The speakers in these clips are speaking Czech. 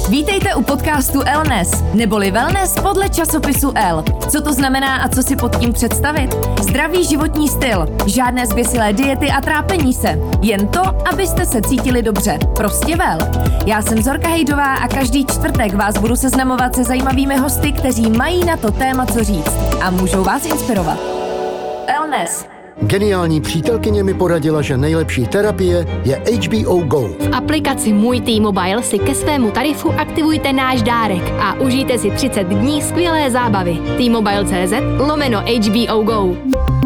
Vítejte u podcastu Elnes, neboli wellness podle časopisu L. Co to znamená a co si pod tím představit? Zdravý životní styl, žádné zběsilé diety a trápení se. Jen to, abyste se cítili dobře. Prostě well. Já jsem Zorka Hejdová a každý čtvrtek vás budu seznamovat se zajímavými hosty, kteří mají na to téma co říct a můžou vás inspirovat. Elnes. Geniální přítelkyně mi poradila, že nejlepší terapie je HBO Go. V aplikaci Můj T-Mobile si ke svému tarifu aktivujte náš dárek a užijte si 30 dní skvělé zábavy. T-Mobile.cz/HBO Go.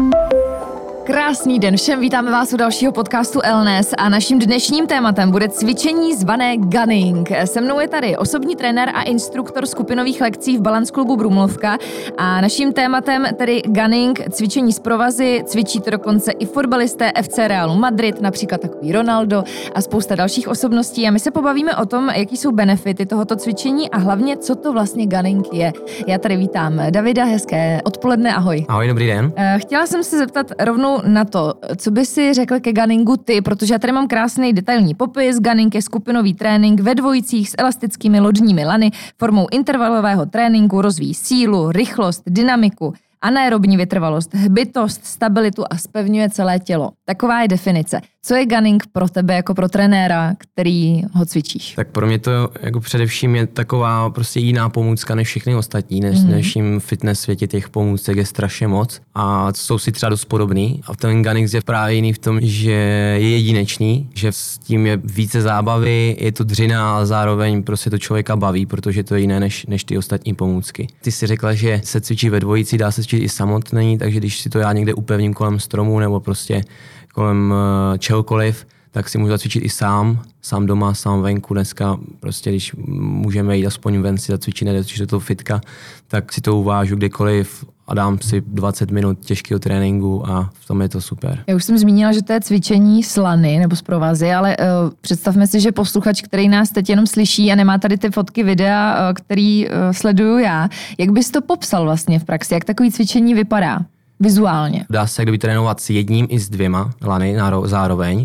Krásný den všem, vítáme vás u dalšího podcastu Elnes a naším dnešním tématem bude cvičení zvané gunning. Se mnou je tady osobní trenér a instruktor skupinových lekcí v Balance Klubu Brumlovka a naším tématem tedy gunning, cvičení z provazy, cvičí to dokonce i fotbalisté FC Realu Madrid, například takový Ronaldo a spousta dalších osobností a my se pobavíme o tom, jaký jsou benefity tohoto cvičení a hlavně, co to vlastně gunning je. Já tady vítám Davida, hezké odpoledne, ahoj. Ahoj, dobrý den. Chtěla jsem se zeptat rovnou na to, co by si řekl ke gunningu ty, protože já tady mám krásný detailní popis. Gunning je skupinový trénink ve dvojicích s elastickými loďními lany formou intervalového tréninku, rozvíjí sílu, rychlost, dynamiku, anaerobní vytrvalost, hbitost, stabilitu a zpevňuje celé tělo. Taková je definice. Co je gunning pro tebe jako pro trenéra, který ho cvičíš? Tak pro mě to jako především je taková prostě jiná pomůcka než všechny ostatní. Než jim fitness světě těch pomůcek je strašně moc a jsou si třeba dost podobný. A ten gunning je právě jiný v tom, že je jedinečný, že s tím je více zábavy, je to dřina, ale zároveň prostě to člověka baví, protože to je jiné než ty ostatní pomůcky. Ty si řekla, že se cvičí ve dvojici, dá se cvičit i samotný, takže když si to já někde upevním kolem stromu nebo prostě kolem čehokoliv, tak si můžu zacvičit i sám doma, sám venku. Dneska prostě, když můžeme jít aspoň ven si zacvičit, nedocvičit do toho fitka, tak si to uvážu kdekoliv a dám si 20 minut těžkého tréninku a v tom je to super. Já už jsem zmínila, že to je cvičení s lany nebo z provazy, ale představme si, že posluchač, který nás teď jenom slyší a nemá tady ty fotky, videa, který sleduju já, jak bys to popsal vlastně v praxi, jak takový cvičení vypadá? Vizuálně. Dá se kdyby trénovat s jedním i s dvěma lany zároveň.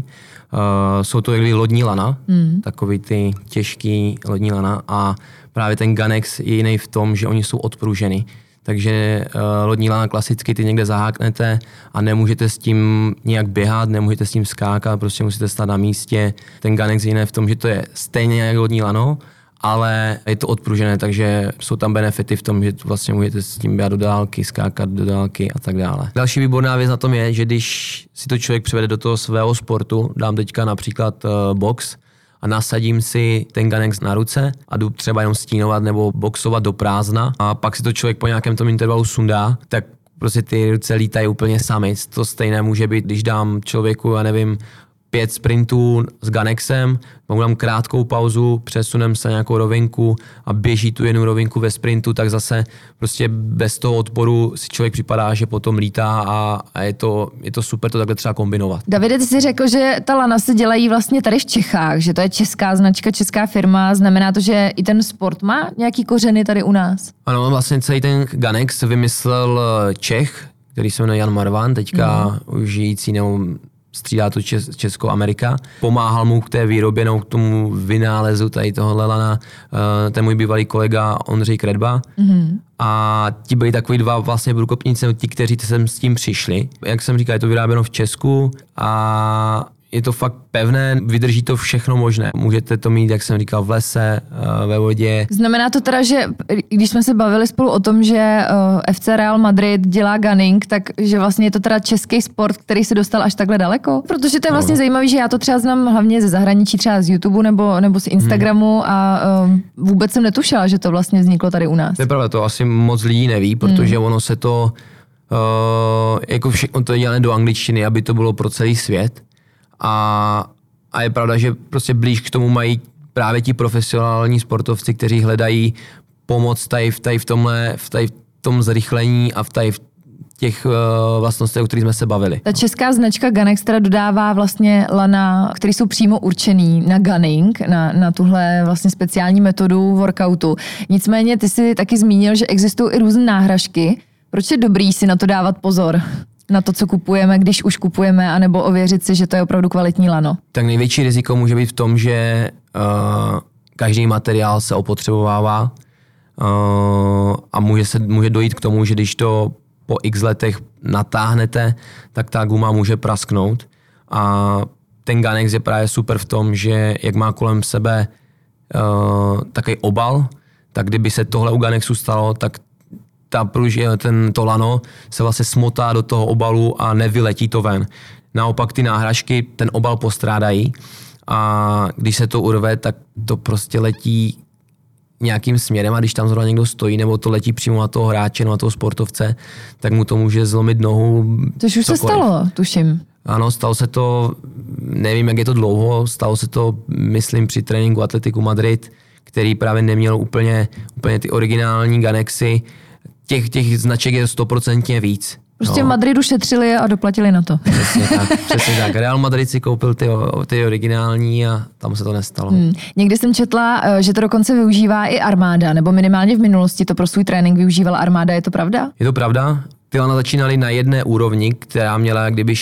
Jsou to jakby lodní lana, takový ty těžký lodní lana a právě ten Ganex je jiný v tom, že oni jsou odpruženy. Takže lodní lana klasicky ty někde zaháknete a nemůžete s tím nějak běhat, nemůžete s tím skákat, prostě musíte stát na místě. Ten Ganex je jiný v tom, že to je stejně jak lodní lano, ale je to odpružené, takže jsou tam benefity v tom, že vlastně můžete s tím běhat do dálky, skákat do dálky a tak dále. Další výborná věc na tom je, že když si to člověk převede do toho svého sportu, dám teďka například box a nasadím si ten Ganex na ruce a jdu třeba jenom stínovat nebo boxovat do prázdna a pak si to člověk po nějakém tom intervalu sundá, tak prostě ty ruce lítají úplně sami. To stejné může být, když dám člověku, já nevím, 5 sprintů s Ganexem, pak dám krátkou pauzu, přesunem se na nějakou rovinku a běží tu jednu rovinku ve sprintu, tak zase prostě bez toho odporu si člověk připadá, že potom lítá a je to super to takhle třeba kombinovat. Davide, ty jsi řekl, že ta lana se dělají vlastně tady v Čechách, že to je česká značka, česká firma, znamená to, že i ten sport má nějaký kořeny tady u nás? Ano, vlastně celý ten Ganex vymyslel Čech, který se jmenuje Jan Marvan, teďka už žijící nebo střídá to Česko-Amerika. Pomáhal mu k té výrobě, k tomu vynálezu tady tohohle lana ten můj bývalý kolega Ondřej Kredba. A ti byli takový dva vlastně průkopníci, ti, kteří sem s tím přišli. Jak jsem říkal, je to vyráběno v Česku a je to fakt pevné, vydrží to všechno možné. Můžete to mít, jak jsem říkal, v lese, ve vodě. Znamená to teda, že když jsme se bavili spolu o tom, že FC Real Madrid dělá gunning, tak že vlastně je to teda český sport, který se dostal až takhle daleko? Protože to je vlastně zajímavé, že já to třeba znám hlavně ze zahraničí, třeba z YouTube nebo z Instagramu a vůbec jsem netušila, že to vlastně vzniklo tady u nás. To je pravda, to asi moc lidí neví, protože ono se to, jako všechno to je dělané do angličtiny, aby to bylo pro celý svět. A je pravda, že prostě blíž k tomu mají právě ti profesionální sportovci, kteří hledají pomoc tady v tom zrychlení a v těch vlastnostech, o kterých jsme se bavili. Ta česká značka Ganex teda dodává vlastně lana, které jsou přímo určený na gunning, na tuhle vlastně speciální metodu workoutu. Nicméně ty si taky zmínil, že existují i různé náhražky. Proč je dobrý si na to dávat pozor? Na to, co kupujeme, když už kupujeme, anebo ověřit si, že to je opravdu kvalitní lano? Tak největší riziko může být v tom, že každý materiál se opotřebovává a může dojít k tomu, že když to po x letech natáhnete, tak ta guma může prasknout. A ten Ganex je právě super v tom, že jak má kolem sebe takový obal, tak kdyby se tohle u Ganexu stalo, tak to lano se vlastně smotá do toho obalu a nevyletí to ven. Naopak ty náhražky ten obal postrádají a když se to urve, tak to prostě letí nějakým směrem a když tam zrovna někdo stojí nebo to letí přímo na toho hráče, na toho sportovce, tak mu to může zlomit nohu. Což už se stalo, tuším. Ano, stalo se to, nevím, jak je to dlouho, stalo se to, myslím, při tréninku Atletiku Madrid, který právě neměl úplně ty originální Ganexy. Těch značek je 100% víc. Prostě v Madridu šetřili a doplatili na to. Přesně tak. Real Madrid si koupil ty originální a tam se to nestalo. Někdy jsem četla, že to dokonce využívá i armáda, nebo minimálně v minulosti to pro svůj trénink využívala armáda. Je to pravda? Je to pravda. Ty lana začínaly na jedné úrovni, která měla kdyby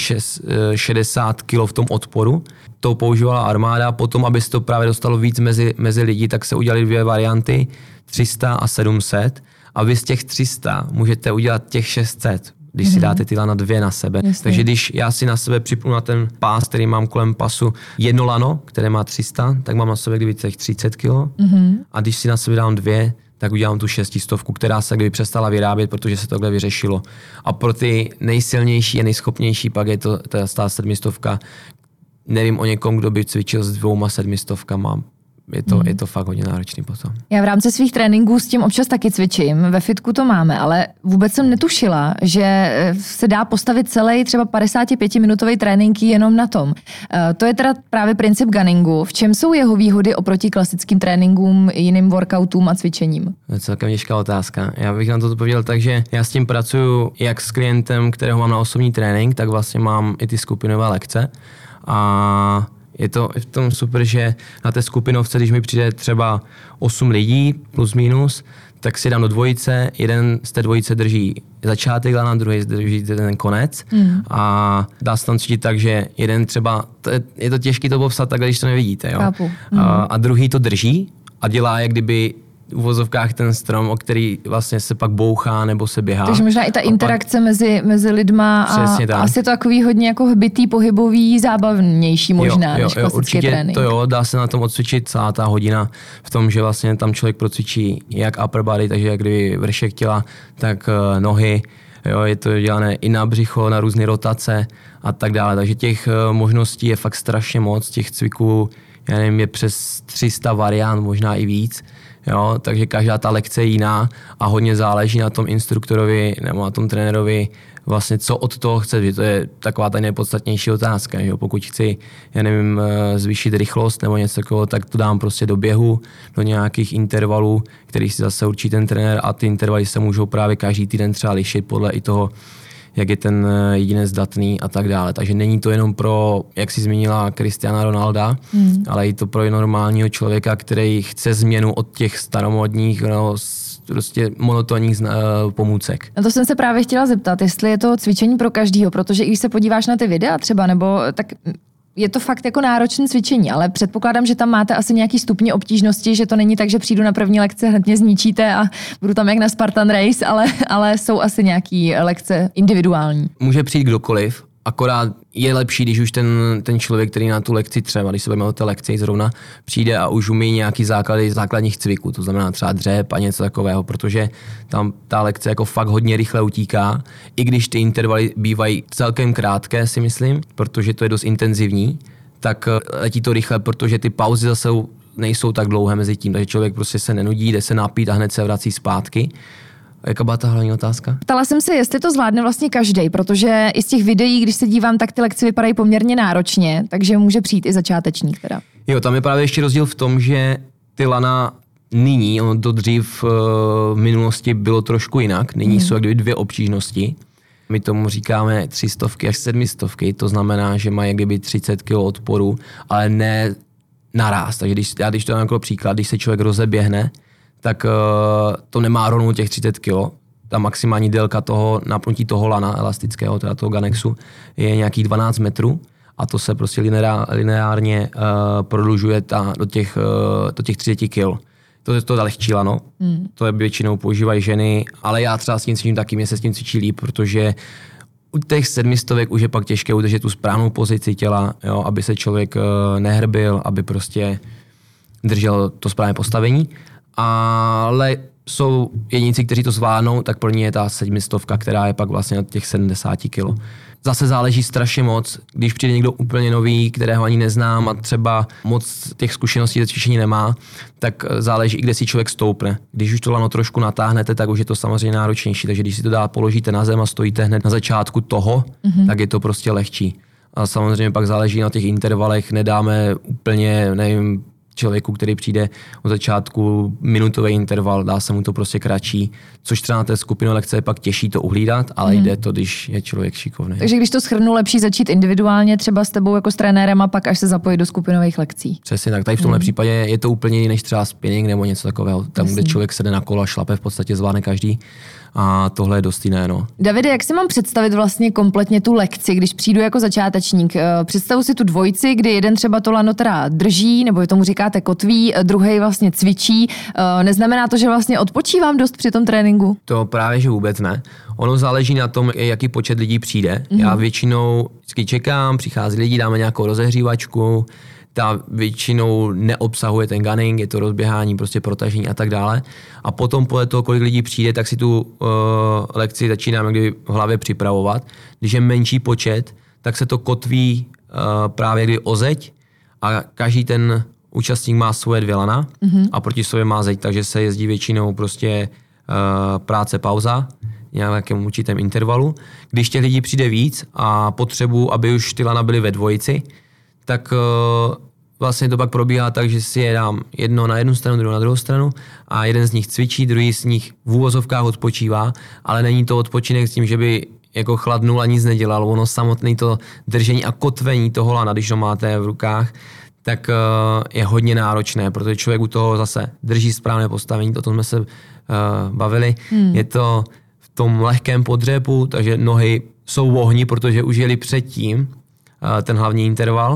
60 kg v tom odporu. To používala armáda. Potom, aby se to právě dostalo víc mezi lidi, tak se udělaly 2 varianty, 300 a 700. A vy z těch 300 můžete udělat těch 600, když si dáte ty lana 2 na sebe. Jasně. Takže když já si na sebe připnu na ten pás, který mám kolem pasu, jedno lano, které má 300, tak mám na sebe kdyby těch 30 kg. A když si na sebe dám 2, tak udělám tu 600, která se kdyby přestala vyrábět, protože se tohle vyřešilo. A pro ty nejsilnější a nejschopnější pak je to ta 700. Nevím o někom, kdo by cvičil s 2 700. Je to fakt hodně náročný potom. Já v rámci svých tréninků s tím občas taky cvičím, ve fitku to máme, ale vůbec jsem netušila, že se dá postavit celý třeba 55-minutový trénink jenom na tom. To je teda právě princip gunningu. V čem jsou jeho výhody oproti klasickým tréninkům, jiným workoutům a cvičením? To je celkem těžká otázka. Já bych na to odpověděl tak, že já s tím pracuju jak s klientem, kterého mám na osobní trénink, tak vlastně mám i ty skupinové lekce. A je to v tom super, že na té skupinovce, když mi přijde třeba 8 lidí plus minus, tak si dám do dvojice, jeden z té dvojice drží začátek lana, druhý drží ten konec a dá se tam cítit tak, že jeden třeba, je to těžké to popsat takhle, když to nevidíte, jo? A druhý to drží a dělá jak kdyby v uvozovkách ten strom, o který vlastně se pak bouchá nebo se běhá. Takže možná i ta interakce mezi lidma a asi je to takový hodně jako hbitý, pohybový, zábavnější možná než klasický trénink. To jo, dá se na tom odcvičit celá ta hodina v tom, že vlastně tam člověk procvičí jak upper body, takže jak kdyby vršek těla, tak nohy, jo, je to dělané i na břicho, na různé rotace a tak dále. Takže těch možností je fakt strašně moc, těch cviků, já nevím, je přes 300 variant, možná i víc. Jo, takže každá ta lekce je jiná a hodně záleží na tom instruktorovi nebo na tom trenérovi vlastně co od toho chce. To je taková ta nejpodstatnější otázka. Že? Pokud chci, já nevím, zvýšit rychlost nebo něco takového, tak to dám prostě do běhu, do nějakých intervalů, kterých si zase určí ten trenér a ty intervaly se můžou právě každý týden třeba lišit podle i toho, jak je ten jedinec zdatný a tak dále. Takže není to jenom pro, jak jsi zmínila, Cristiana Ronalda, ale i to pro normálního člověka, který chce změnu od těch staromodních, prostě monotónních pomůcek. Na to jsem se právě chtěla zeptat, jestli je to cvičení pro každýho, protože i když se podíváš na ty videa třeba, nebo tak je to fakt jako náročné cvičení, ale předpokládám, že tam máte asi nějaký stupně obtížnosti, že to není tak, že přijdu na první lekce, hned mě zničíte a budu tam jak na Spartan Race, ale jsou asi nějaký lekce individuální. Může přijít kdokoliv, akorát je lepší, když už ten člověk, který na tu lekci třeba, když se budeme o té lekci zrovna, přijde a už umí nějaký základy základních cviků, to znamená třeba dřep a něco takového, protože tam ta lekce jako fakt hodně rychle utíká, i když ty intervaly bývají celkem krátké, si myslím, protože to je dost intenzivní, tak letí to rychle, protože ty pauzy zase nejsou tak dlouhé mezi tím, takže člověk prostě se nenudí, jde se napít a hned se vrací zpátky. Jaká byla ta hlavní otázka? Ptala jsem se, jestli to zvládne vlastně každý, protože i z těch videí, když se dívám, tak ty lekce vypadají poměrně náročně, takže může přijít i začátečník teda. Jo, tam je právě ještě rozdíl v tom, že ty lana nyní, ono to dřív v minulosti bylo trošku jinak, nyní jsou jak kdyby 2 obtížnosti. My tomu říkáme 300 až 700, to znamená, že mají jak kdyby 30 kg odporu, ale ne naráz. Takže když to dám jako příklad, když se člověk rozeběhne, tak to nemá rovnou těch 30 kg. Ta maximální délka toho napnutí toho lana elastického, teda toho Ganexu, je nějakých 12 metrů a to se prostě lineárně prodlužuje do těch 30 kg. To je lehčí lano, to je většinou používají ženy, ale já třeba s tím cvičím taky, mě se s tím cvičí líp, protože u těch 700 už je pak těžké udržet tu správnou pozici těla, jo, aby se člověk nehrbil, aby prostě držel to správné postavení. Ale jsou jedinci, kteří to zvládnou, tak pro ně je ta 700, která je pak vlastně na těch 70 kg. Zase záleží strašně moc, když přijde někdo úplně nový, kterého ani neznám a třeba moc těch zkušeností ze cvičení nemá, tak záleží, kde si člověk stoupne. Když už to lano trošku natáhnete, tak už je to samozřejmě náročnější, takže když si to položíte na zem a stojíte hned na začátku toho, tak je to prostě lehčí. A samozřejmě pak záleží na těch intervalech, nedáme úplně, nevím, člověku, který přijde od začátku minutový interval, dá se mu to prostě kratší, což třeba na té skupinové lekce je pak těžší to uhlídat, ale jde to, když je člověk šikovný. Takže když to shrnu, lepší začít individuálně třeba s tebou jako s trenérem a pak až se zapojit do skupinových lekcí. Přesně tak. Tady v tomhle případě je to úplně jiný než třeba spinning nebo něco takového. Tam, kde člověk sede na kolo a šlape, v podstatě zvládne každý. A tohle je dost jiné, no. Davide, jak si mám představit vlastně kompletně tu lekci, když přijdu jako začátečník? Představu si tu dvojici, kdy jeden třeba to lano teda drží, nebo tomu říkáte kotví, druhý vlastně cvičí. Neznamená to, že vlastně odpočívám dost při tom tréninku? To právě, že vůbec ne. Ono záleží na tom, jaký počet lidí přijde. Já většinou vždycky čekám, přichází lidi, dáme nějakou rozehřívačku, ta většinou neobsahuje ten gunning, je to rozběhání, prostě protažení a tak dále. A potom podle toho, kolik lidí přijde, tak si tu lekci začínáme kdy v hlavě připravovat. Když je menší počet, tak se to kotví právě kdy o zeď a každý ten účastník má svoje 2 lana a proti sobě má zeď, takže se jezdí většinou prostě práce, pauza, nějakém určitém intervalu. Když těch lidí přijde víc a potřebuji, aby už ty lana byly ve dvojici, tak vlastně to pak probíhá tak, že si je dám jedno na jednu stranu, druhou na druhou stranu a jeden z nich cvičí, druhý z nich v úvozovkách odpočívá, ale není to odpočinek s tím, že by jako chladnul a nic nedělal. Ono samotné to držení a kotvení toho lana, když ho máte v rukách, tak je hodně náročné, protože člověk u toho zase drží správné postavení, o tom jsme se bavili. Je to v tom lehkém podřepu, takže nohy jsou v ohni, protože už jeli předtím ten hlavní interval.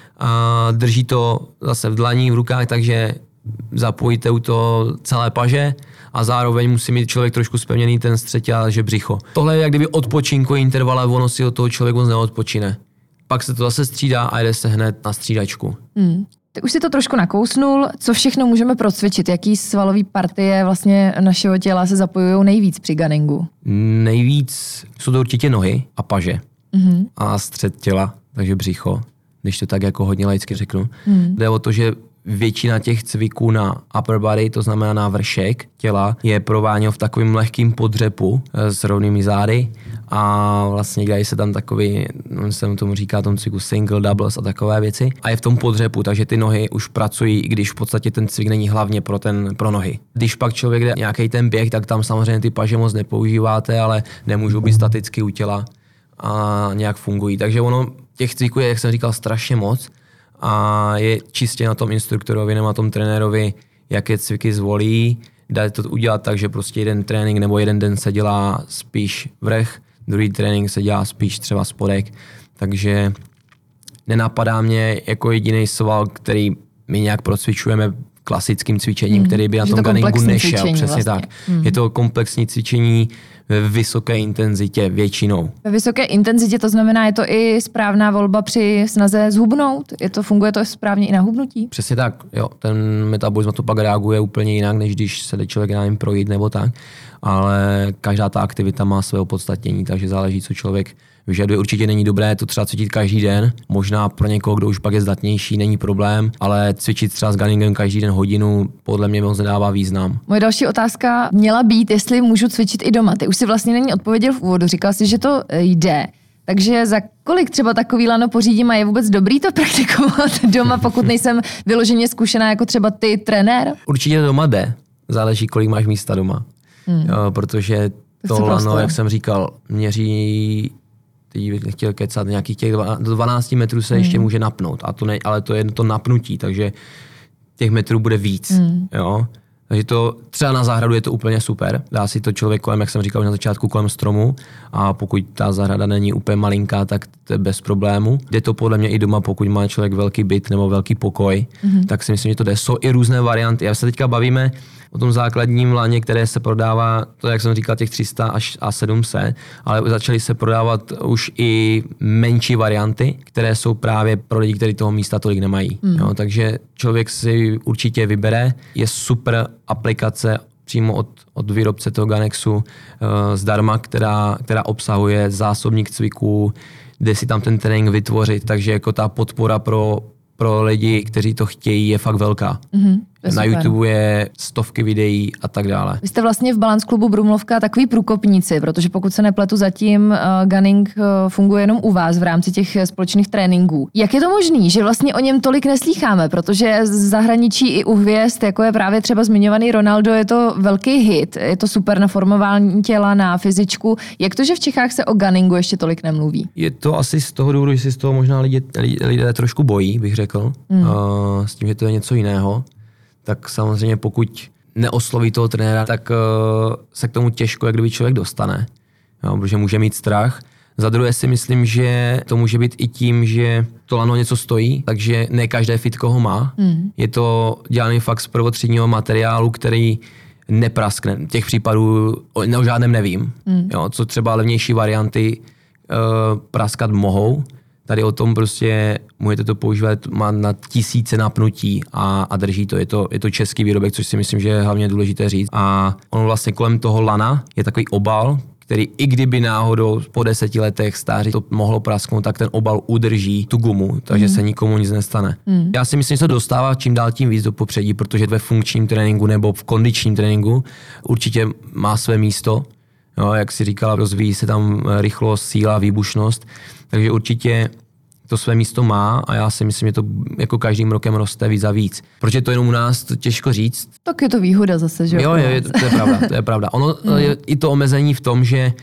Drží to zase v dlaní, v rukách, takže zapojíte u toho celé paže a zároveň musí mít člověk trošku zpevněný ten střeť a žebřicho. Tohle je jak kdyby odpočinkový interval a ono si od toho člověk moc neodpočine. Pak se to zase střídá a jde se hned na střídačku. Tak už si to trošku nakousnul. Co všechno můžeme procvičit? Jaký svalový partie vlastně našeho těla se zapojují nejvíc při gunningu? Nejvíc jsou to určitě nohy a paže a střed těla, takže břicho, když to tak jako hodně laicky řeknu. Jde o to, že většina těch cviků na upper body, to znamená na vršek těla, je prováděno v takovém lehkém podřepu s rovnými zády a vlastně dělají se tam takový, se tomu říká tomu cviku single, doubles a takové věci. A je v tom podřepu, takže ty nohy už pracují, i když v podstatě ten cvik není hlavně pro nohy. Když pak člověk jde nějaký ten běh, tak tam samozřejmě ty paže moc nepoužíváte, ale nemůžou být staticky u těla a nějak fungují. Takže ono těch cviků je, jak jsem říkal, strašně moc. A je čistě na tom instruktorovi nebo na tom trenérovi, jaké cviky zvolí. Dá to udělat tak, že prostě jeden trénink nebo jeden den se dělá spíš vrch, druhý trénink se dělá spíš třeba spodek. Takže nenapadá mě jako jediný sval, který my nějak procvičujeme klasickým cvičením, který by na tom gunningu nešel. Přesně vlastně. Tak. Je to komplexní cvičení ve vysoké intenzitě většinou. Ve vysoké intenzitě to znamená, je to i správná volba při snaze zhubnout? Funguje to správně i na hubnutí? Přesně tak, jo. Ten metabolismus to pak reaguje úplně jinak, než když se jde člověk na něm projít nebo tak. Ale každá ta aktivita má své opodstatnění, takže záleží, co člověk vyžaduje. Určitě není dobré to třeba cvičit každý den. Možná pro někoho, kdo už pak je zdatnější, není problém, ale cvičit třeba s gunningem každý den hodinu podle mě moc nedává význam. Moje další otázka měla být, jestli můžu cvičit i doma. Ty už si vlastně není odpověděl v úvodu, říkal jsi, že to jde. Takže za kolik třeba takový lano pořídím a je vůbec dobrý to praktikovat doma, pokud nejsem vyloženě zkušená jako třeba ty trenér? Určitě doma jde. Záleží, kolik máš místa doma. Jo, protože to lano, jak jsem říkal, měří, teď bych nechtěl kecat, nějakých těch do 12 metrů se ještě může napnout. A to ne, ale to je to napnutí, takže těch metrů bude víc. Jo? Takže to třeba na zahradu je to úplně super. Dá si to člověk kolem, jak jsem říkal na začátku, kolem stromu a pokud ta zahrada není úplně malinká, tak to je bez problému. Jde to podle mě i doma, pokud má člověk velký byt nebo velký pokoj, tak si myslím, že to jde. Jsou i různé varianty. Já se teďka bavíme o tom základním laně, které se prodává, to jak jsem říkal, těch 300 až 700, ale začaly se prodávat už i menší varianty, které jsou právě pro lidi, kteří toho místa tolik nemají. Jo, takže člověk si určitě vybere. Je super aplikace přímo od výrobce toho Ganexu zdarma, která obsahuje zásobník cviků, jde si tam ten trénink vytvořit, takže jako ta podpora pro lidi, kteří to chtějí, je fakt velká. Na YouTube je stovky videí a tak dále. Vy jste vlastně v Balance klubu Brumlovka takový průkopníci, protože pokud se nepletu, zatím gunning funguje jenom u vás v rámci těch společných tréninků. Jak je to možný, že vlastně o něm tolik neslýcháme, protože z zahraničí i u hvězd, jako je právě třeba zmiňovaný Ronaldo, je to velký hit, je to super na formování těla, na fyzičku. Jak to, že v Čechách se o gunningu ještě tolik nemluví? Je to asi z toho důvodu, že si z toho možná lidé trošku bojí, bych řekl, s tím, že to je něco jiného. Tak samozřejmě pokud neosloví toho trenéra, tak se k tomu těžko jak kdyby člověk dostane, jo, protože může mít strach. Za druhé si myslím, že to může být i tím, že to lano něco stojí, takže ne každé fitko ho má. Je to dělaný fakt z prvotřídního materiálu, který nepraskne. Těch případů o žádném nevím. Jo, co třeba levnější varianty praskat mohou. Tady o tom prostě můžete to používat, má na 1000 napnutí a drží to. Je to český výrobek, což si myslím, že je hlavně důležité říct. A on vlastně kolem toho lana je takový obal, který i kdyby náhodou po 10 letech stáří to mohlo prasknout, tak ten obal udrží tu gumu, takže se nikomu nic nestane. Já si myslím, že se dostává čím dál tím víc do popředí, protože ve funkčním tréninku nebo v kondičním tréninku určitě má své místo. Jo, jak si říkala, rozvíjí se tam rychlost, síla, výbušnost, takže určitě to své místo má a já si myslím, že to jako každým rokem roste víc a víc. Proč je to jenom u nás, to těžko říct. Tak je to výhoda zase, že? Jo, to je pravda. Ono je i to omezení v tom, že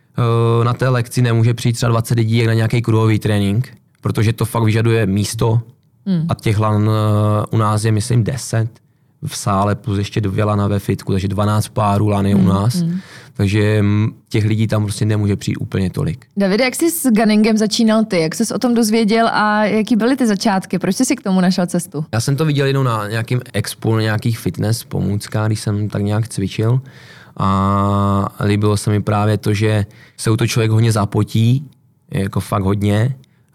na té lekci nemůže přijít třeba 20 lidí jak na nějaký kruhový trénink, protože to fakt vyžaduje místo a těch lan u nás je myslím 10 v sále plus ještě 2 lana ve fitku, takže 12 párů lan je u nás. Takže těch lidí tam prostě nemůže přijít úplně tolik. Davide, jak jsi s gunningem začínal ty? Jak jsi o tom dozvěděl a jaký byly ty začátky? Proč jsi si k tomu našel cestu? Já jsem to viděl jenom na nějakým expu, na nějakých fitness pomůckách, když jsem tak nějak cvičil. A líbilo se mi právě to, že se u toho člověk hodně zapotí, jako fakt hodně.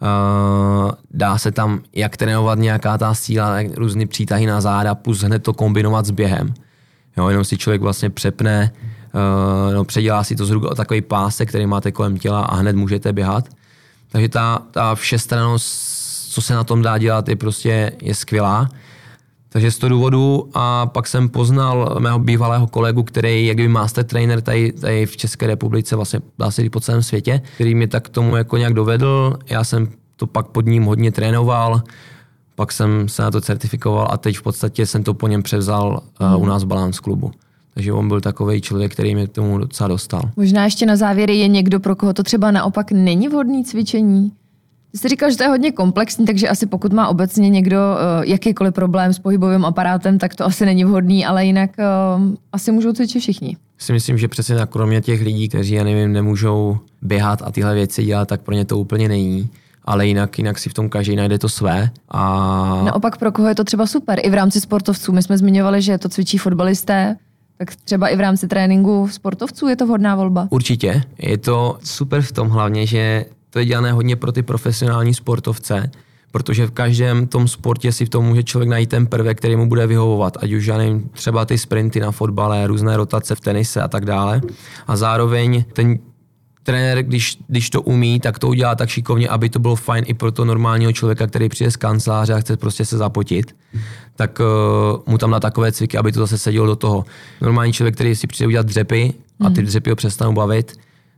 Dá se tam jak trénovat nějaká ta síla, různý přítahy na záda, plus hned to kombinovat s během. Jo, jenom si člověk vlastně přepne, předělá si to zhruba o takový pásek, který máte kolem těla a hned můžete běhat. Takže ta všestrannost, co se na tom dá dělat, je skvělá. Takže z toho důvodu a pak jsem poznal mého bývalého kolegu, který je master trainer tady v České republice, vlastně dá se říct po celém světě, který mě tak k tomu jako nějak dovedl. Já jsem to pak pod ním hodně trénoval, pak jsem se na to certifikoval a teď v podstatě jsem to po něm převzal u nás v Balance klubu. Takže on byl takovej člověk, který mě k tomu docela dostal. Možná ještě na závěr je někdo, pro koho to třeba naopak není vhodný cvičení? Ty jsi říkal, že to je hodně komplexní, takže asi pokud má obecně někdo jakýkoliv problém s pohybovým aparátem, tak to asi není vhodný, ale jinak asi můžou cvičit všichni. Si myslím, že přesně kromě těch lidí, kteří, já nevím, nemůžou běhat a tyhle věci dělat, tak pro ně to úplně není. Ale jinak si v tom každý najde to své. A naopak pro koho je to třeba super? I v rámci sportovců. My jsme zmiňovali, že to cvičí fotbalisté, tak třeba i v rámci tréninku sportovců je to vhodná volba? Určitě. Je to super v tom hlavně, že to je dělané hodně pro ty profesionální sportovce, protože v každém tom sportě si v tom může člověk najít ten prvek, který mu bude vyhovovat. Ať už, já nevím, třeba ty sprinty na fotbale, různé rotace v tenise a tak dále. A zároveň ten trenér, když to umí, tak to udělá tak šikovně, aby to bylo fajn i pro toho normálního člověka, který přijde z kanceláře a chce prostě se zapotit, tak mu tam dá takové cviky, aby to zase sedělo do toho. Normální člověk, který si přijde udělat dřepy a ty dřepy ho přestanou bavit,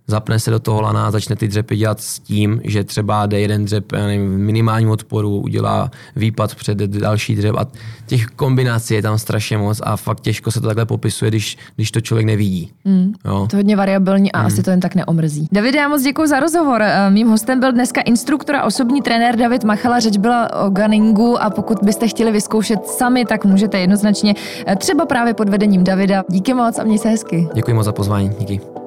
zapne se do toho lana a začne ty dřepy dělat s tím, že třeba jde jeden dřep v minimálním odporu, udělá výpad před další dřep a těch kombinací je tam strašně moc a fakt těžko se to takhle popisuje, když to člověk nevidí. Jo. To hodně variabilní a asi to jen tak neomrzí. Davide, já moc děkuji za rozhovor. Mým hostem byl dneska instruktor a osobní trenér David Machala. Řeč byla o gunningu a pokud byste chtěli vyzkoušet sami, tak můžete jednoznačně třeba právě pod vedením Davida. Díky moc a měj se hezky. Děkuji moc za pozvání. Díky.